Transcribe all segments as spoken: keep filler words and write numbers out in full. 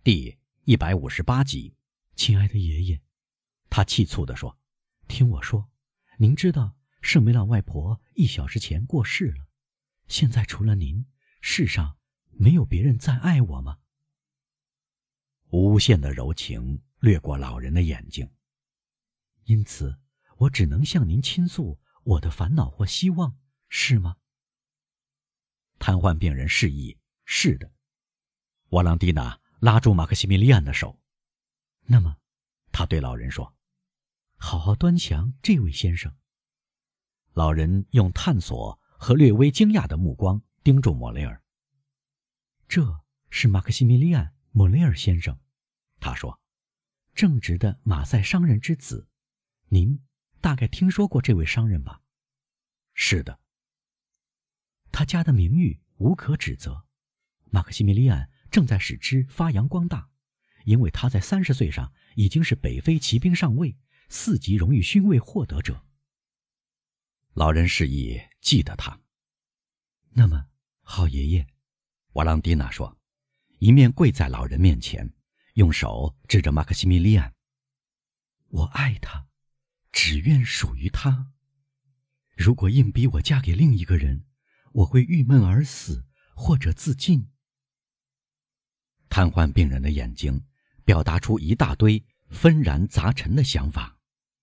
第一百五十八集。 亲爱的爷爷， 他气促地说， 听我说，您知道圣梅朗外婆一小时前过世了，现在除了您，世上没有别人再爱我吗？ 无限的柔情掠过老人的眼睛。 因此我只能向您倾诉我的烦恼或希望，是吗？ 瘫痪病人示意，是的。瓦朗蒂娜拉住马克西米利安的手。 那么他对老人说， 好好端详这位先生。 老人用探索和略微惊讶的目光盯住莫雷尔。 这是马克西米利安·莫雷尔先生， 他说， 正直的马赛商人之子。您大概听说过这位商人吧？ 是的。 他家的名誉无可指责，马克西米利安正在使之发扬光大，因为他在三十岁上已经是北非骑兵上尉、四级荣誉勋位获得者。 老人示意记得他。 那么，好爷爷， 瓦朗蒂娜说，一面跪在老人面前，用手指着马克西米利安。 我爱他，只愿属于他。如果硬逼我嫁给另一个人，我会郁闷而死，或者自尽。 瘫痪病人的眼睛表达出一大堆纷然杂陈的想法。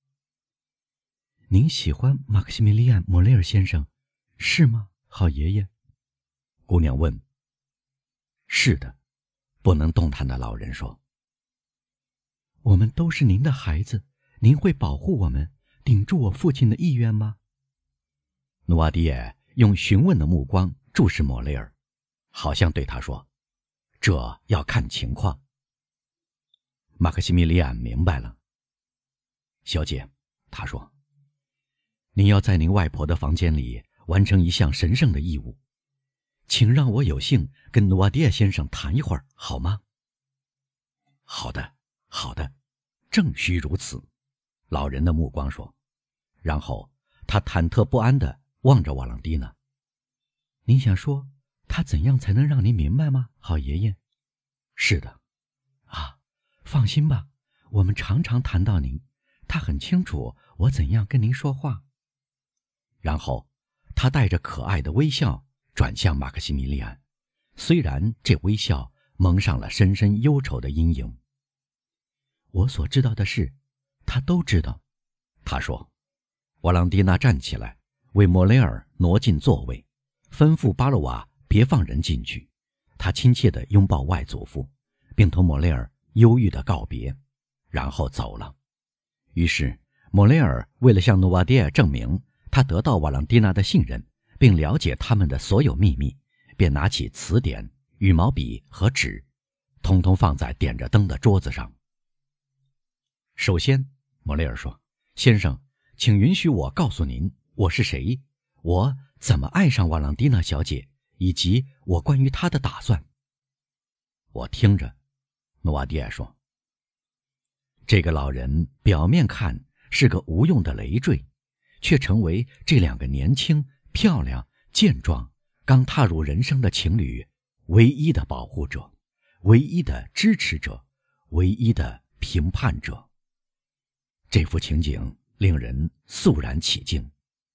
您喜欢马克西米利安·莫雷尔先生，是吗，好爷爷？ 姑娘问。是的，不能动弹的老人说。 我们都是您的孩子，您会保护我们，顶住我父亲的意愿吗？ 努瓦迪耶用询问的目光注视莫雷尔，好像对他说，这要看情况。马克西米利安明白了。小姐，他说，您要在您外婆的房间里完成一项神圣的义务，请让我有幸跟努瓦迪耶先生谈一会儿，好吗？好的，好的，正需如此。老人的目光说，然后他忐忑不安地望着瓦朗蒂娜。 您想说他怎样才能让您明白吗，好爷爷？ 是的。 啊，放心吧，我们常常谈到您，他很清楚我怎样跟您说话。 然后他带着可爱的微笑转向马克西米利安，虽然这微笑蒙上了深深忧愁的阴影。 我所知道的事，他都知道， 他说。瓦朗蒂娜站起来，为莫雷尔挪进座位，吩咐巴洛瓦别放人进去。他亲切地拥抱外祖父，并同莫雷尔忧郁地告别，然后走了。于是莫雷尔为了向努瓦迪耶证明他得到瓦朗蒂娜的信任，并了解他们的所有秘密，便拿起词典、羽毛笔和纸，通通放在点着灯的桌子上。首先，莫雷尔说，先生，请允许我告诉您我是谁，我怎么爱上瓦朗蒂娜小姐，以及我关于她的打算。我听着，努瓦迪耶说。这个老人表面看是个无用的累赘，却成为这两个年轻、漂亮、健壮、刚踏入人生的情侣唯一的保护者，唯一的支持者，唯一的评判者。这幅情景令人肃然起敬。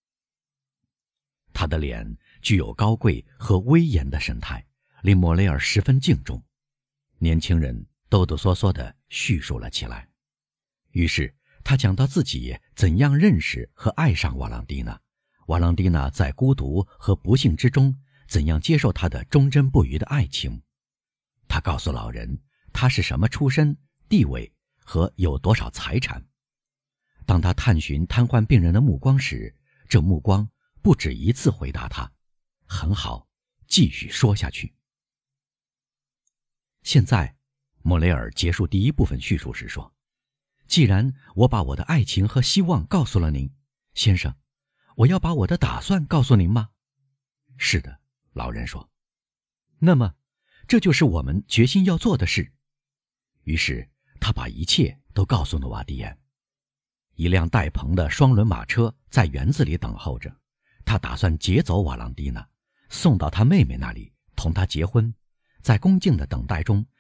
他的脸具有高贵和威严的神态，令莫雷尔十分敬重。年轻人哆哆嗦嗦地叙述了起来。于是他讲到自己怎样认识和爱上瓦朗蒂娜，瓦朗蒂娜在孤独和不幸之中怎样接受他的忠贞不渝的爱情。他告诉老人他是什么出身、地位和有多少财产。当他探寻瘫痪病人的目光时，这目光不止一次回答他，很好，继续说下去。现在，莫雷尔结束第一部分叙述时说，既然我把我的爱情和希望告诉了您，先生，我要把我的打算告诉您吗？是的，老人说。那么，这就是我们决心要做的事。于是，他把一切都告诉努瓦迪耶。一辆带棚的双轮马车在园子里等候着，他打算劫走瓦朗蒂娜，送到他妹妹那里，同她结婚，在恭敬的等待中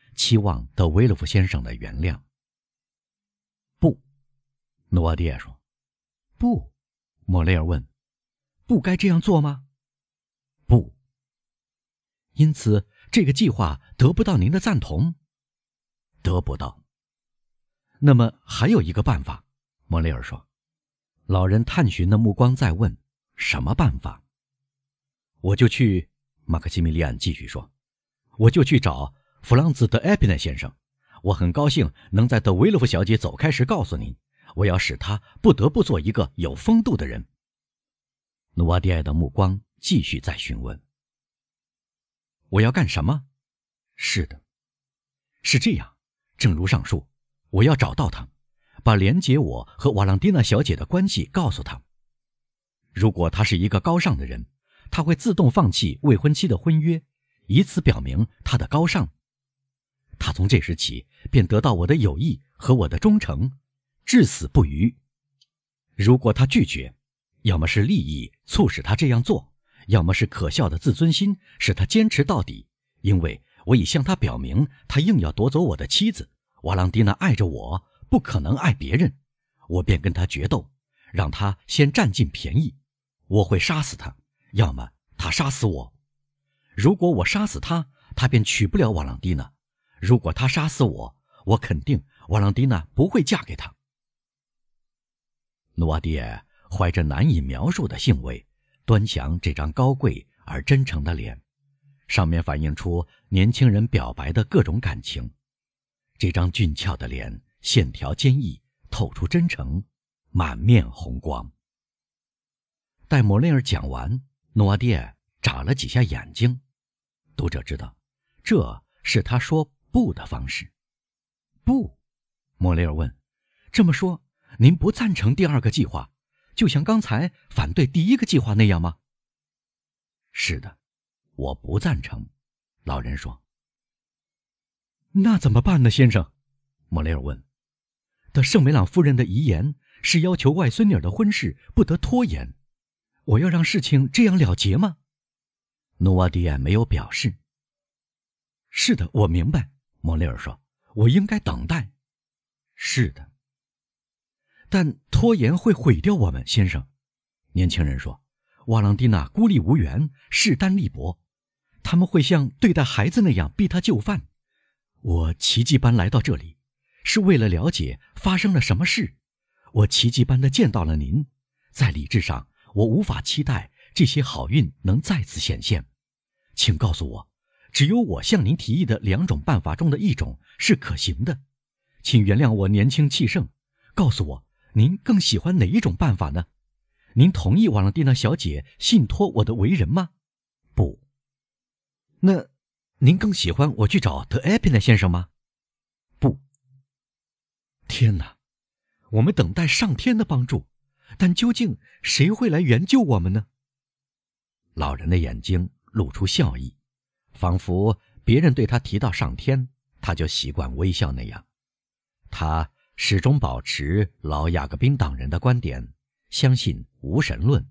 期望德维勒夫先生的原谅。不，努瓦迪亚说。 不，莫雷尔问，不该这样做吗？ 不。 因此这个计划得不到您的赞同？ 得不到。 那么还有一个办法， 莫雷尔说。老人探寻的目光在问，什么办法？ 我就去，马克西米利安继续说，我就去找弗朗兹·德埃皮奈先生。我很高兴能在德维勒夫小姐走开时告诉您，我要使她不得不做一个有风度的人。 努瓦迪埃的目光继续在询问。 我要干什么？ 是的， 是这样，正如上述，我要找到他，把连结我和瓦朗蒂娜小姐的关系告诉他。如果他是一个高尚的人，他会自动放弃未婚妻的婚约，以此表明他的高尚。他从这时起便得到我的友谊和我的忠诚，至死不渝。如果他拒绝，要么是利益促使他这样做，要么是可笑的自尊心使他坚持到底。因为我已向他表明，他硬要夺走我的妻子，瓦朗蒂娜爱着我，不可能爱别人。我便跟他决斗，让他先占尽便宜。我会杀死他，要么他杀死我。如果我杀死他，他便娶不了瓦朗蒂娜；如果他杀死我，我肯定瓦朗蒂娜不会嫁给他。 努瓦迪耶怀着难以描述的兴味，端详这张高贵而真诚的脸，上面反映出年轻人表白的各种感情。这张俊俏的脸线条坚毅，透出真诚，满面红光。待莫雷尔讲完，努瓦迪耶眨了几下眼睛。读者知道，这是他说不的方式。 不，莫雷尔问，这么说，您不赞成第二个计划，就像刚才反对第一个计划那样吗？ 是的，我不赞成，老人说。 那怎么办呢，先生？莫雷尔问。德圣梅朗夫人的遗言是要求外孙女的婚事不得拖延，我要让事情这样了结吗？ 努瓦迪耶没有表示。 是的，我明白，莫雷尔说，我应该等待。 是的， 但拖延会毁掉我们，先生。年轻人说，瓦朗蒂娜孤立无援，势单力薄，他们会像对待孩子那样逼他就范。我奇迹般来到这里，是为了了解发生了什么事。我奇迹般地见到了您，在理智上，我无法期待这些好运能再次显现。请告诉我，只有我向您提议的两种办法中的一种是可行的。请原谅我年轻气盛，告诉我，您更喜欢哪一种办法呢？您同意瓦朗蒂娜小姐信托我的为人吗？ 不。 那您更喜欢我去找德埃皮奈先生吗？ 不。 天哪，我们等待上天的帮助，但究竟谁会来援救我们呢？ 老人的眼睛露出笑意，仿佛别人对他提到上天，他就习惯微笑那样。他始终保持老雅各宾党人的观点，相信无神论。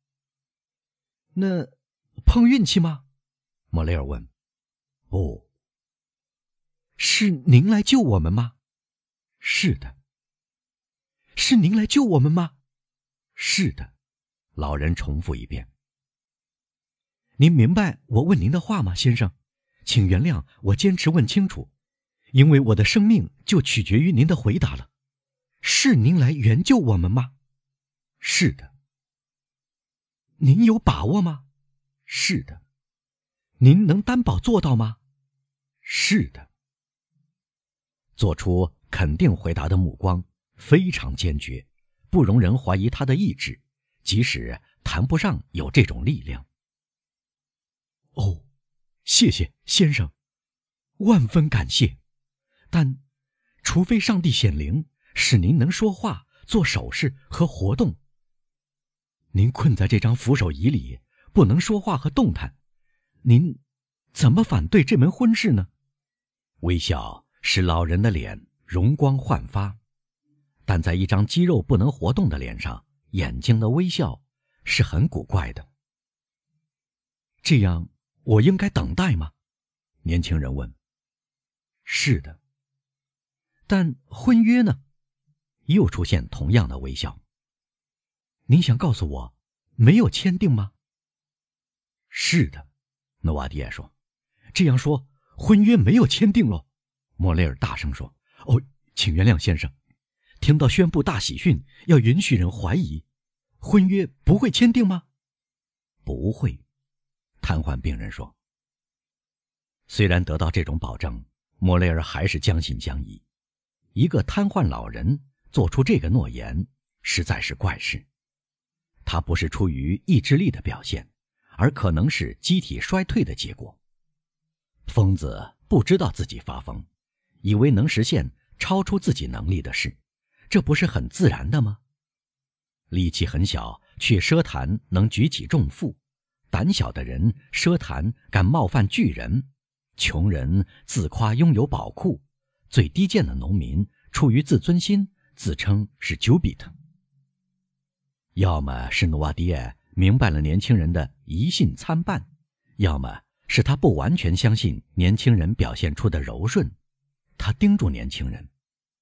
那碰运气吗？ 莫雷尔问。不。 是您来救我们吗？ 是的。 是您来救我们吗？ 是的。老人重复一遍。 您明白我问您的话吗，先生？请原谅我坚持问清楚，因为我的生命就取决于您的回答了。是您来援救我们吗？ 是的。 您有把握吗？ 是的。 您能担保做到吗？ 是的。做出肯定回答的目光非常坚决，不容人怀疑他的意志，即使谈不上有这种力量。 哦，谢谢，先生，万分感谢。但除非上帝显灵，使您能说话、做手势和活动。您困在这张扶手椅里，不能说话和动弹，您怎么反对这门婚事呢？ 微笑使老人的脸容光焕发，但在一张肌肉不能活动的脸上，眼睛的微笑是很古怪的。 这样我应该等待吗？ 年轻人问。 是的。但婚约呢？又出现同样的微笑。您想告诉我，没有签订吗？是的，诺瓦迪埃说。这样说，婚约没有签订喽？莫雷尔大声说。哦，请原谅先生，听到宣布大喜讯要允许人怀疑，婚约不会签订吗？不会，瘫痪病人说。虽然得到这种保证，莫雷尔还是将信将疑。一个瘫痪老人做出这个诺言，实在是怪事。他不是出于意志力的表现，而可能是机体衰退的结果。疯子不知道自己发疯，以为能实现超出自己能力的事，这不是很自然的吗？力气很小，却奢谈能举起重负；胆小的人奢谈敢冒犯巨人；穷人自夸拥有宝库；最低贱的农民出于自尊心，自称是丘比特。要么是努瓦迪埃明白了年轻人的疑信参半，要么是他不完全相信年轻人表现出的柔顺。他叮嘱年轻人：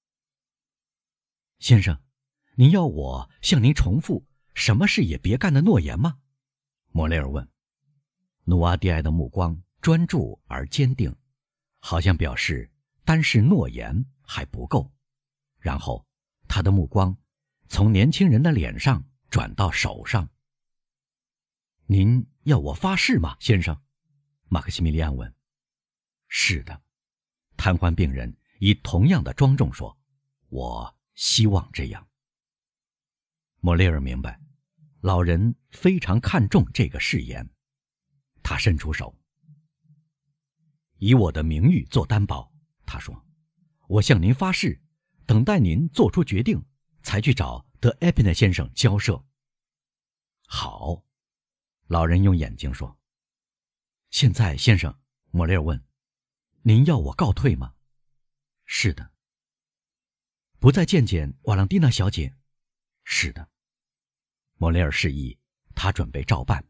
先生，您要我向您重复什么事也别干的诺言吗？莫雷尔问。努瓦迪埃的目光专注而坚定，好像表示单是诺言还不够。然后他的目光从年轻人的脸上转到手上。您要我发誓吗，先生？马克西米利安问。是的，瘫痪病人以同样的庄重说，我希望这样。莫雷尔明白，老人非常看重这个誓言。他伸出手，以我的名誉做担保，他说，我向您发誓，等待您做出决定，才去找德埃皮内先生交涉。好，老人用眼睛说。现在，先生，莫雷尔问，您要我告退吗？是的。不再见见瓦朗蒂娜小姐？是的。莫雷尔示意，他准备照办。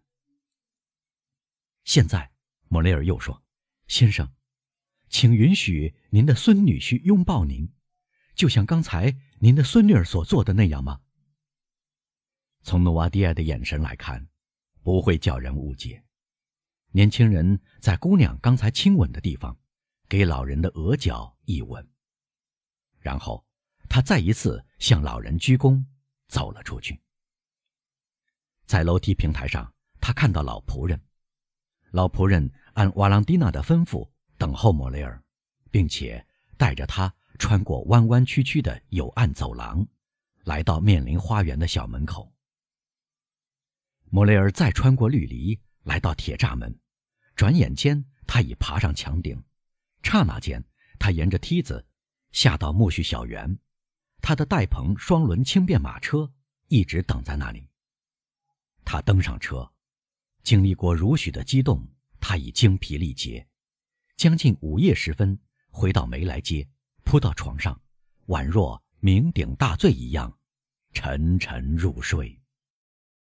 现在，莫雷尔又说，先生，请允许您的孙女婿拥抱您，就像刚才您的孙女儿所做的那样吗？从努瓦迪埃的眼神来看，不会叫人误解。年轻人在姑娘刚才亲吻的地方，给老人的额角一吻，然后他再一次向老人鞠躬，走了出去。在楼梯平台上，他看到老仆人，老仆人按瓦朗蒂娜的吩咐等候莫雷尔，并且带着他穿过弯弯曲曲的幽暗走廊，来到面临花园的小门口。莫雷尔再穿过绿篱，来到铁栅门，转眼间他已爬上墙顶，刹那间他沿着梯子下到苜蓿小园，他的带棚双轮轻便马车一直等在那里。他登上车，经历过如许的激动，他已精疲力竭。将近午夜时分，回到梅来街，扑到床上，宛若酩酊大醉一样，沉沉入睡。